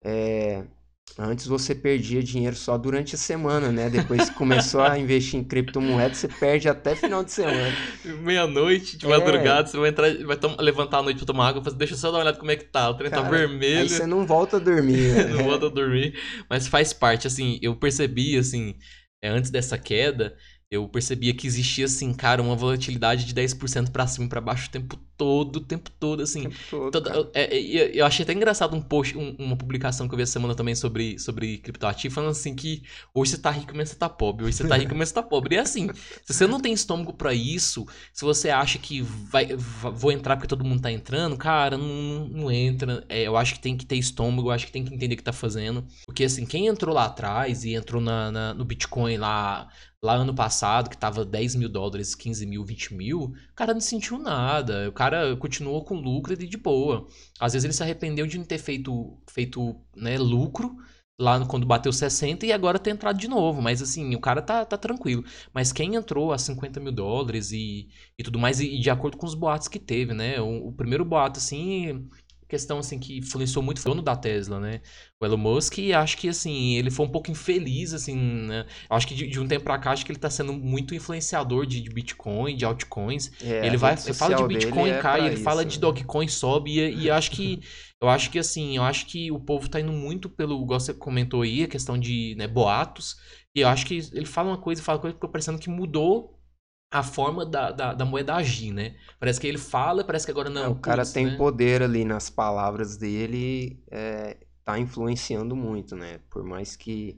é, antes você perdia dinheiro só durante a semana, né? Depois que começou a investir em criptomoedas, você perde até final de semana. Meia-noite, de É, madrugada, você vai entrar, vai tom- levantar à noite pra tomar água, fala, deixa eu só dar uma olhada como é que tá. O trem tá cara, aí você vermelho, não volta a dormir, não né? volta a dormir, mas faz parte, assim, eu percebi, assim, é, antes dessa queda, eu percebia que existia, assim, cara, uma volatilidade de dez por cento pra cima e pra baixo o tempo todo, o tempo todo, O assim. tempo todo, Toda, cara. é, é, eu achei até engraçado um post, um- uma publicação que eu vi essa semana também sobre, sobre criptoativo, falando assim que hoje você tá rico, amanhã você tá pobre, hoje você tá rico, amanhã você tá pobre. E é assim, se você não tem estômago pra isso, se você acha que vai, va- vou entrar porque todo mundo tá entrando, cara, não, não entra. É, eu acho que tem que ter estômago, eu acho que tem que entender o que tá fazendo. Porque assim, quem entrou lá atrás e entrou na, na- no Bitcoin lá, lá ano passado, que tava dez mil dólares, quinze mil, vinte mil, o cara não sentiu nada. O cara continuou com lucro e de boa. Às vezes ele se arrependeu de não ter feito, feito né, lucro lá no- quando bateu sessenta e agora ter entrado de novo. Mas assim, o cara tá, tá tranquilo. Mas quem entrou a cinquenta mil dólares e, e tudo mais, e, e de acordo com os boatos que teve, né? O, o primeiro boato, assim, questão assim que influenciou muito foi o dono da Tesla, né? O Elon Musk, e acho que assim, ele foi um pouco infeliz, assim, né? Eu acho que de, de um tempo pra cá, acho que ele tá sendo muito influenciador de, de Bitcoin, de altcoins. É, a Ele vai, rede ele fala de social dele Bitcoin, é cai, pra ele fala isso, de né? Dogecoin, sobe, e, e acho que eu acho que assim, eu acho que o povo tá indo muito pelo, igual você comentou aí, a questão de, né, boatos. E eu acho que ele fala uma coisa e fala coisa que fica parecendo que mudou a forma da, da, da moeda agir, né? Parece que ele fala, parece que agora É, não, o cara putz, tem né? poder ali nas palavras dele, é, tá influenciando muito, né? Por mais que,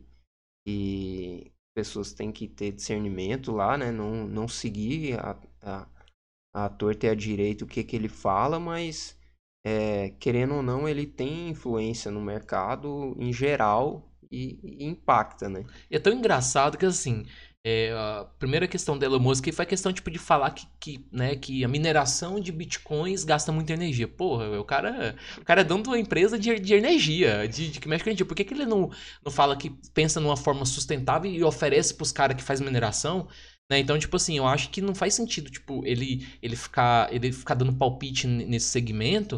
que pessoas têm que ter discernimento lá, né? Não, não seguir a, a, a torta e a direita o que que ele fala, mas é, querendo ou não, ele tem influência no mercado em geral e, e impacta, né? E é tão engraçado que, assim, é, a primeira questão da Elon Musk foi a questão, tipo, de falar que, que, né, que a mineração de bitcoins gasta muita energia. Porra, o cara, o cara é dono de uma empresa de, de energia, de, de que mexe com energia. Por que, que ele não, não fala que pensa numa forma sustentável e oferece pros caras que faz mineração? Né? Então, tipo assim, eu acho que não faz sentido, tipo, ele, ele, ficar, ele ficar dando palpite n- nesse segmento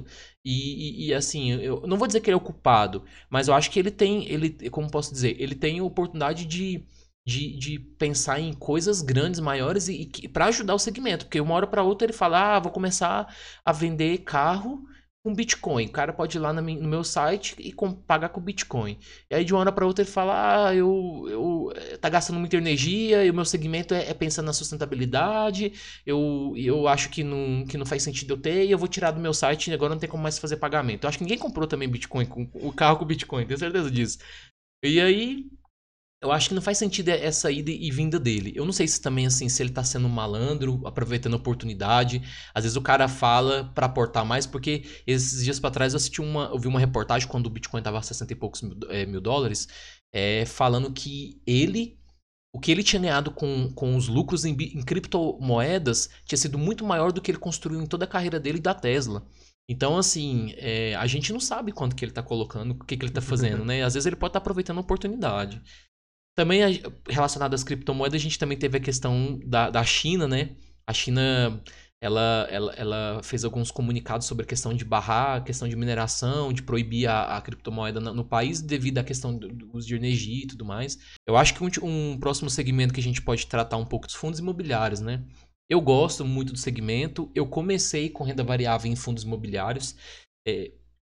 e, e, e, assim, eu não vou dizer que ele é o culpado, mas eu acho que ele tem, ele, como posso dizer, ele tem a oportunidade de, de, de pensar em coisas grandes, maiores e, e para ajudar o segmento, porque uma hora para outra ele fala, ah, vou começar a vender carro com Bitcoin. O cara pode ir lá no meu no meu site e com- pagar com Bitcoin. E aí de uma hora para outra ele fala, ah, eu, eu eh, tá gastando muita energia e o meu segmento é, é pensando na sustentabilidade. Eu, eu acho que não, que não faz sentido eu ter e eu vou tirar do meu site e agora não tem como mais fazer pagamento. Eu acho que ninguém comprou também Bitcoin com o carro com Bitcoin, tenho certeza disso. E aí, eu acho que não faz sentido essa ida e vinda dele. Eu não sei se também, assim, se ele tá sendo um malandro, aproveitando a oportunidade. Às vezes o cara fala pra aportar mais, porque esses dias pra trás eu assisti uma, eu vi uma reportagem quando o Bitcoin tava a sessenta e poucos mil, é, mil dólares, é, falando que ele, o que ele tinha ganhado com, com os lucros em, bi- em criptomoedas tinha sido muito maior do que ele construiu em toda a carreira dele da Tesla. Então, assim, é, a gente não sabe quanto que ele tá colocando, o que, que ele tá fazendo, né? Às vezes ele pode estar aproveitando a oportunidade. Também a- relacionado às criptomoedas, a gente também teve a questão da, da China, né? A China, ela, ela, ela fez alguns comunicados sobre a questão de barrar, a questão de mineração, de proibir a, a criptomoeda no, no país devido à questão do, do uso de energia e tudo mais. Eu acho que um, um próximo segmento que a gente pode tratar um pouco dos fundos imobiliários, né? Eu gosto muito do segmento. Eu comecei com renda variável em fundos imobiliários. É,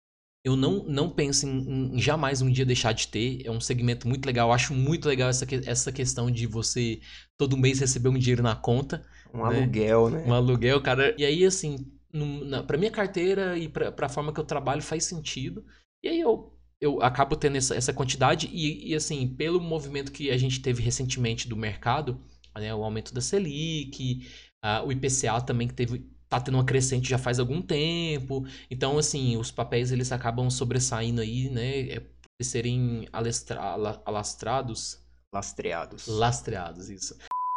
eu não, não penso em, em jamais um dia deixar de ter. É um segmento muito legal. Eu acho muito legal essa, que- essa questão de você todo mês receber um dinheiro na conta, Um né? aluguel, Um né? aluguel, cara. E aí, assim, num- na, pra minha carteira e pra, pra forma que eu trabalho faz sentido. E aí eu, eu acabo tendo essa, essa quantidade. E, e, assim, pelo movimento que a gente teve recentemente do mercado, né? O aumento da Selic, ah, o I P C A também que teve. Tá tendo uma crescente já faz algum tempo. Então, assim, os papéis eles acabam sobressaindo aí, né? É, por serem alestra- ala- alastrados. Lastreados. Lastreados, isso.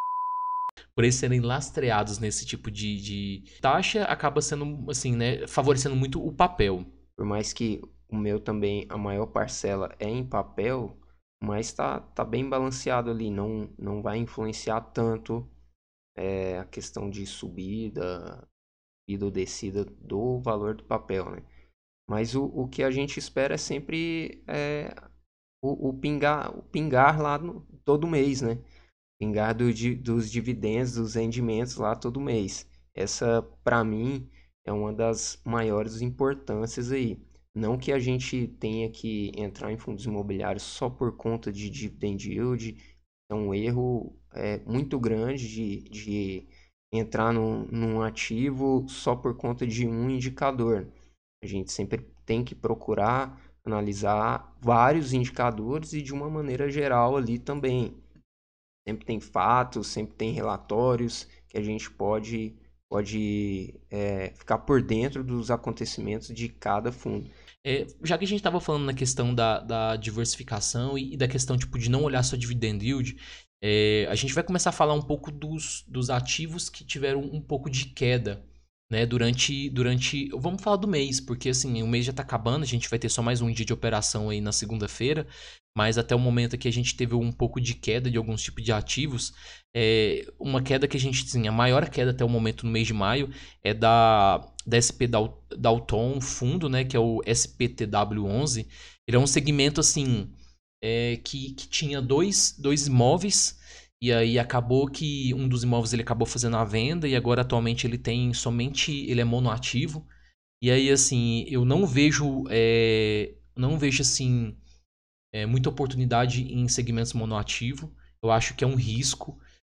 Por eles serem lastreados nesse tipo de, de taxa, acaba sendo, assim, né? Favorecendo muito o papel. Por mais que o meu também, a maior parcela é em papel, mas tá, tá bem balanceado ali, não, não vai influenciar tanto é, a questão de subida, subida ou descida do valor do papel, né? Mas o, o que a gente espera é sempre é, o, o pingar, o pingar lá no, todo mês, né? Pingar do, di- dos dividendos, dos rendimentos lá todo mês. Essa, para mim, é uma das maiores importâncias aí. Não que a gente tenha que entrar em fundos imobiliários só por conta de dividend yield. É um erro é, muito grande de, de entrar num, num ativo só por conta de um indicador. A gente sempre tem que procurar analisar vários indicadores e de uma maneira geral ali também. Sempre tem fatos, sempre tem relatórios que a gente pode, pode é, ficar por dentro dos acontecimentos de cada fundo. É, já que a gente estava falando na questão da, da diversificação e, e da questão tipo, de não olhar só dividend yield, é, a gente vai começar a falar um pouco dos, dos ativos que tiveram um pouco de queda, né, durante, durante... Vamos falar do mês, porque assim, o mês já está acabando, a gente vai ter só mais um dia de operação aí na segunda-feira, mas até o momento aqui a gente teve um pouco de queda de alguns tipos de ativos. É, uma queda que a gente, assim, a maior queda até o momento no mês de maio é da, da S P Dal- Dalton Fundo, né, que é o S P T W onze. Ele é um segmento assim é, que, que tinha dois, dois imóveis e aí acabou que um dos imóveis ele acabou fazendo a venda e agora atualmente ele tem somente ele é monoativo. E aí assim eu não vejo é, não vejo assim é, muita oportunidade em segmentos monoativo. Eu acho que é um risco.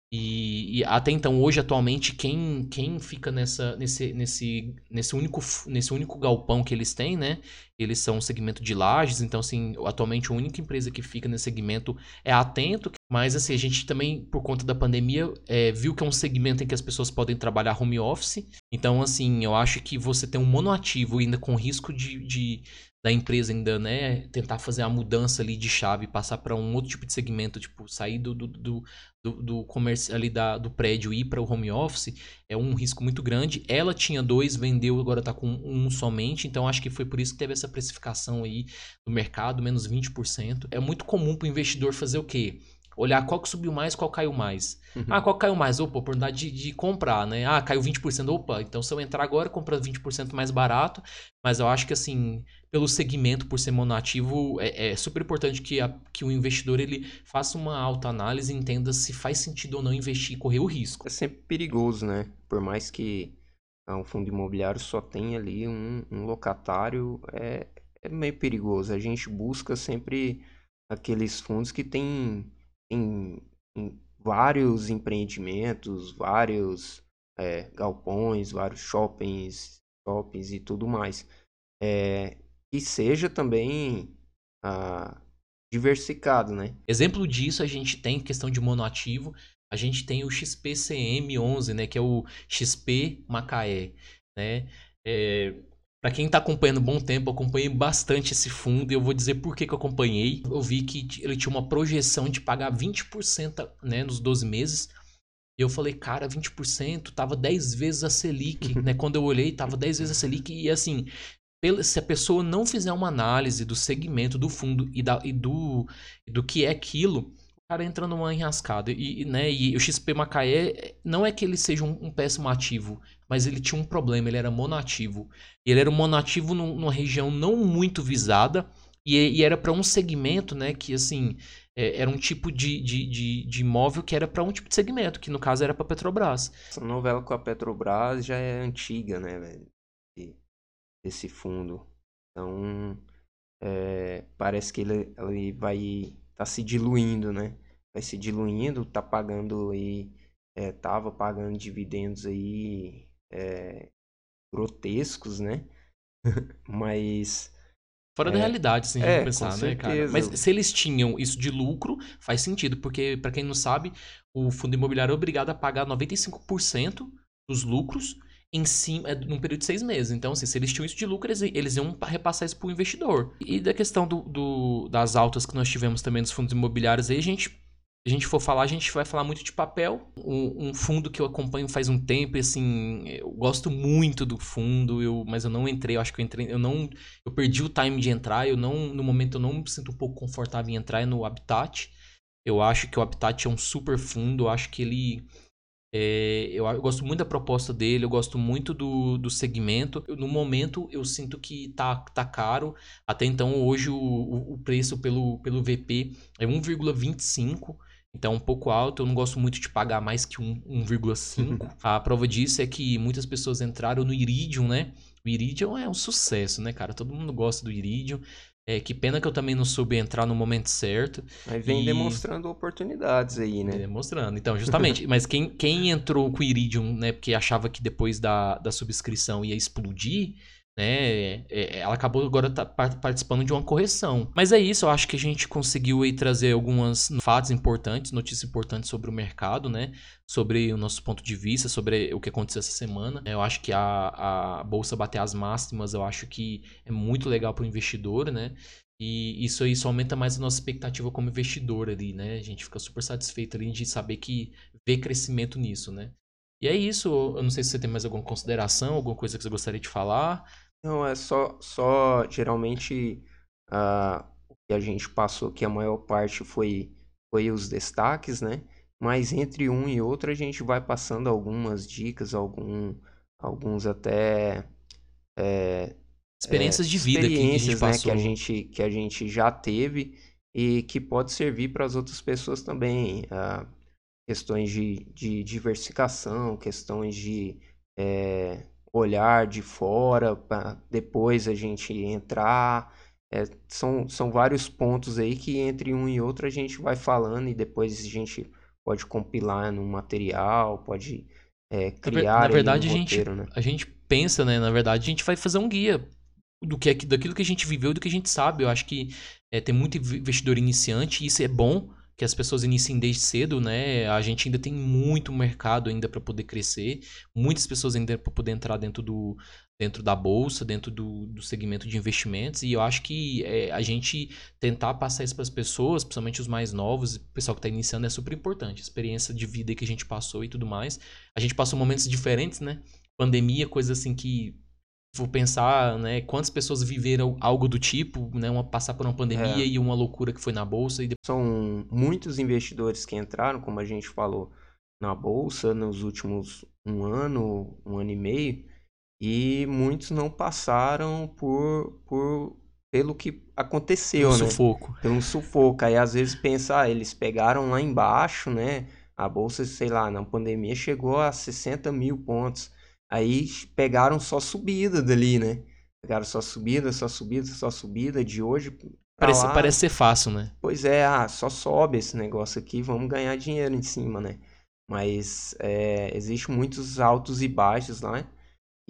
E, e até então, hoje, atualmente, quem, quem fica nessa, nesse, nesse, nesse, único, nesse único galpão que eles têm, né? Eles são um segmento de lajes, então, assim, atualmente a única empresa que fica nesse segmento é a Atento, mas, assim, a gente também, por conta da pandemia, é, viu que é um segmento em que as pessoas podem trabalhar home office. Então, assim, eu acho que você tem um monoativo ainda com risco de, de da empresa ainda, né, tentar fazer a mudança ali de chave, passar para um outro tipo de segmento, tipo, sair do, do, do do, do comércio ali da, do prédio e ir para o home office é um risco muito grande. Ela tinha dois, vendeu, agora está com um somente. Então acho que foi por isso que teve essa precificação aí do mercado, menos vinte por cento. É muito comum para o investidor fazer o quê? Olhar qual que subiu mais, qual caiu mais. Ah, qual caiu mais? Opa, oportunidade de, de comprar, né? Ah, caiu vinte por cento. Opa, então se eu entrar agora, comprar vinte por cento mais barato. Mas eu acho que assim, pelo segmento, por ser monoativo, é, é super importante que, a, que o investidor ele faça uma autoanálise e entenda se faz sentido ou não investir e correr o risco. É sempre perigoso, né? Por mais que ah, um fundo imobiliário só tenha ali um, um locatário, é, é meio perigoso. A gente busca sempre aqueles fundos que têm, têm, têm vários empreendimentos, vários é, galpões, vários shoppings, shoppings e tudo mais. É, que seja também ah, diversificado, né? Exemplo disso a gente tem questão de monoativo, a gente tem o X P C M onze, né, que é o X P Macaé, né? É, para quem está acompanhando um bom tempo, eu acompanhei bastante esse fundo e eu vou dizer por que, que eu acompanhei. Eu vi que ele tinha uma projeção de pagar vinte por cento, né, nos doze meses. E eu falei, cara, vinte por cento, tava dez vezes a Selic, né? Quando eu olhei, tava dez vezes a Selic e assim, se a pessoa não fizer uma análise do segmento, do fundo e, da, e do, do que é aquilo, o cara entra numa enrascada. E, né, e o X P Macaé não é que ele seja um, um péssimo ativo, mas ele tinha um problema, ele era monoativo. E ele era um monoativo num, numa região não muito visada e, e era para um segmento, né, que assim, é, era um tipo de, de, de, de imóvel que era para um tipo de segmento, que no caso era para Petrobras. Essa novela com a Petrobras já é antiga, né, velho? Desse fundo. Então, é, parece que ele, ele vai tá se diluindo, né? Vai se diluindo, tá pagando aí, é, tava pagando dividendos aí é, grotescos, né? Mas Fora da realidade, se a gente for é, com pensar, né, cara? Mas certeza. se eles tinham isso de lucro, faz sentido, porque, pra quem não sabe, o fundo imobiliário é obrigado a pagar noventa e cinco por cento dos lucros em cima, é, num período de seis meses. Então, assim, se eles tinham isso de lucro, eles, eles iam repassar isso pro investidor. E da questão do, do- das altas que nós tivemos também nos fundos imobiliários, aí a gente a gente for falar, a gente vai falar muito de papel. Um, um fundo que eu acompanho faz um tempo, e assim, eu gosto muito do fundo, eu, mas eu não entrei, eu acho que eu entrei, eu não, eu perdi o time de entrar, eu não, no momento eu não me sinto um pouco confortável em entrar no Habitat. Eu acho que o Habitat é um super fundo, eu acho que ele é, eu, eu gosto muito da proposta dele, eu gosto muito do, do segmento. Eu, no momento eu sinto que tá, tá caro. Até então, hoje o, o, o preço pelo, pelo V P é um vírgula vinte e cinco. Então, um pouco alto. Eu não gosto muito de pagar mais que um, um vírgula cinco. A prova disso é que muitas pessoas entraram no Iridium, né? O Iridium é um sucesso, né, cara? Todo mundo gosta do Iridium. É, que pena que eu também não soube entrar no momento certo. Aí vem E demonstrando oportunidades aí, né? demonstrando. Então, justamente, mas quem, quem entrou com o Iridium, né, porque achava que depois da, da subscrição ia explodir, né, é, ela acabou agora tá participando de uma correção. Mas é isso, eu acho que a gente conseguiu aí trazer alguns fatos importantes, notícias importantes sobre o mercado, né, sobre o nosso ponto de vista, sobre o que aconteceu essa semana. Eu acho que a, a bolsa bater as máximas, eu acho que é muito legal para o investidor, né, e isso aí só aumenta mais a nossa expectativa como investidor ali, né? A gente fica super satisfeito ali de saber que vê crescimento nisso, né? E é isso. Eu não sei se você tem mais alguma consideração, alguma coisa que você gostaria de falar. Não, é só, só geralmente ah, o que a gente passou, que a maior parte foi, foi os destaques, né? Mas entre um e outro a gente vai passando algumas dicas, algum, alguns até é, é, Experiências de vida aqui que a gente experiências, né, que a passou. gente, que a gente já teve e que pode servir para as outras pessoas também. Ah, questões de, de diversificação, questões de é, olhar de fora para depois a gente entrar. É, são, são vários pontos aí que entre um e outro a gente vai falando e depois a gente pode compilar num material, pode é, Na, ver- na criar ali um verdade, a gente, roteiro, né? a gente pensa, né? Na verdade, a gente vai fazer um guia do que é, que- daquilo que a gente viveu, do que a gente sabe. Eu acho que é, tem muito inve- investidor iniciante e isso é bom que as pessoas iniciem desde cedo, né? A gente ainda tem muito mercado ainda para poder crescer, muitas pessoas ainda para poder entrar dentro do dentro da bolsa, dentro do, do segmento de investimentos e eu acho que é, a gente tentar passar isso para as pessoas, principalmente os mais novos, o pessoal que está iniciando é super importante, a experiência de vida que a gente passou e tudo mais. A gente passou momentos diferentes, né? Pandemia, coisa assim que vou pensar, né, quantas pessoas viveram algo do tipo, né, uma passar por uma pandemia É, e uma loucura que foi na bolsa e depois... são muitos investidores que entraram, como a gente falou, na bolsa nos últimos um ano, um ano e meio, e muitos não passaram por, por pelo que pelo aconteceu, né? sufoco. Pelo sufoco. Aí às vezes pensa, ah, eles pegaram lá embaixo, né? A bolsa, sei lá, na pandemia chegou a sessenta mil pontos. Aí pegaram só subida dali, né? Pegaram só subida, só subida, só subida, de hoje pra Parece, lá. parece ser fácil, né? Pois é, ah, só sobe esse negócio aqui, vamos ganhar dinheiro em cima, né? Mas é, existe muitos altos e baixos lá, né?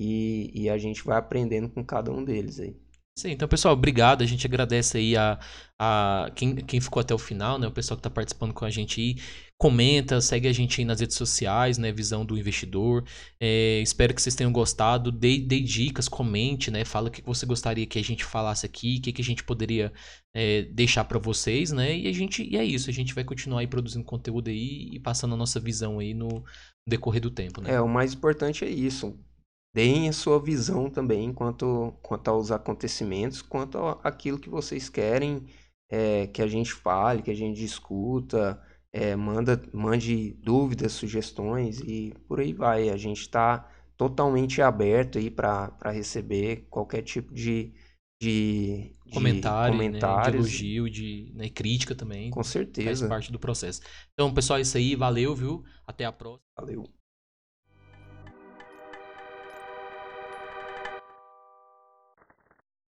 E, e a gente vai aprendendo com cada um deles aí. Sim, então, pessoal, obrigado. A gente agradece aí a, a quem, quem ficou até o final, né? O pessoal que está participando com a gente aí. Comenta, segue a gente aí nas redes sociais, né? Visão do Investidor. É, espero que vocês tenham gostado. Dê, dê dicas, comente, né? Fala o que você gostaria que a gente falasse aqui, o que, que a gente poderia é, deixar para vocês, né? E a gente, e é isso. A gente vai continuar aí produzindo conteúdo aí e passando a nossa visão aí no decorrer do tempo, né? É, o mais importante é isso. Deem a sua visão também quanto, quanto aos acontecimentos, quanto a- àquilo que vocês querem é, que a gente fale, que a gente discuta, é, manda, mande dúvidas, sugestões e por aí vai. A gente está totalmente aberto aí para para receber qualquer tipo de, de, de Comentário, né, de comentários, elogio, de, né, crítica também, com faz certeza. parte do processo. Então, pessoal, é isso aí, valeu, viu? Até a próxima. Valeu.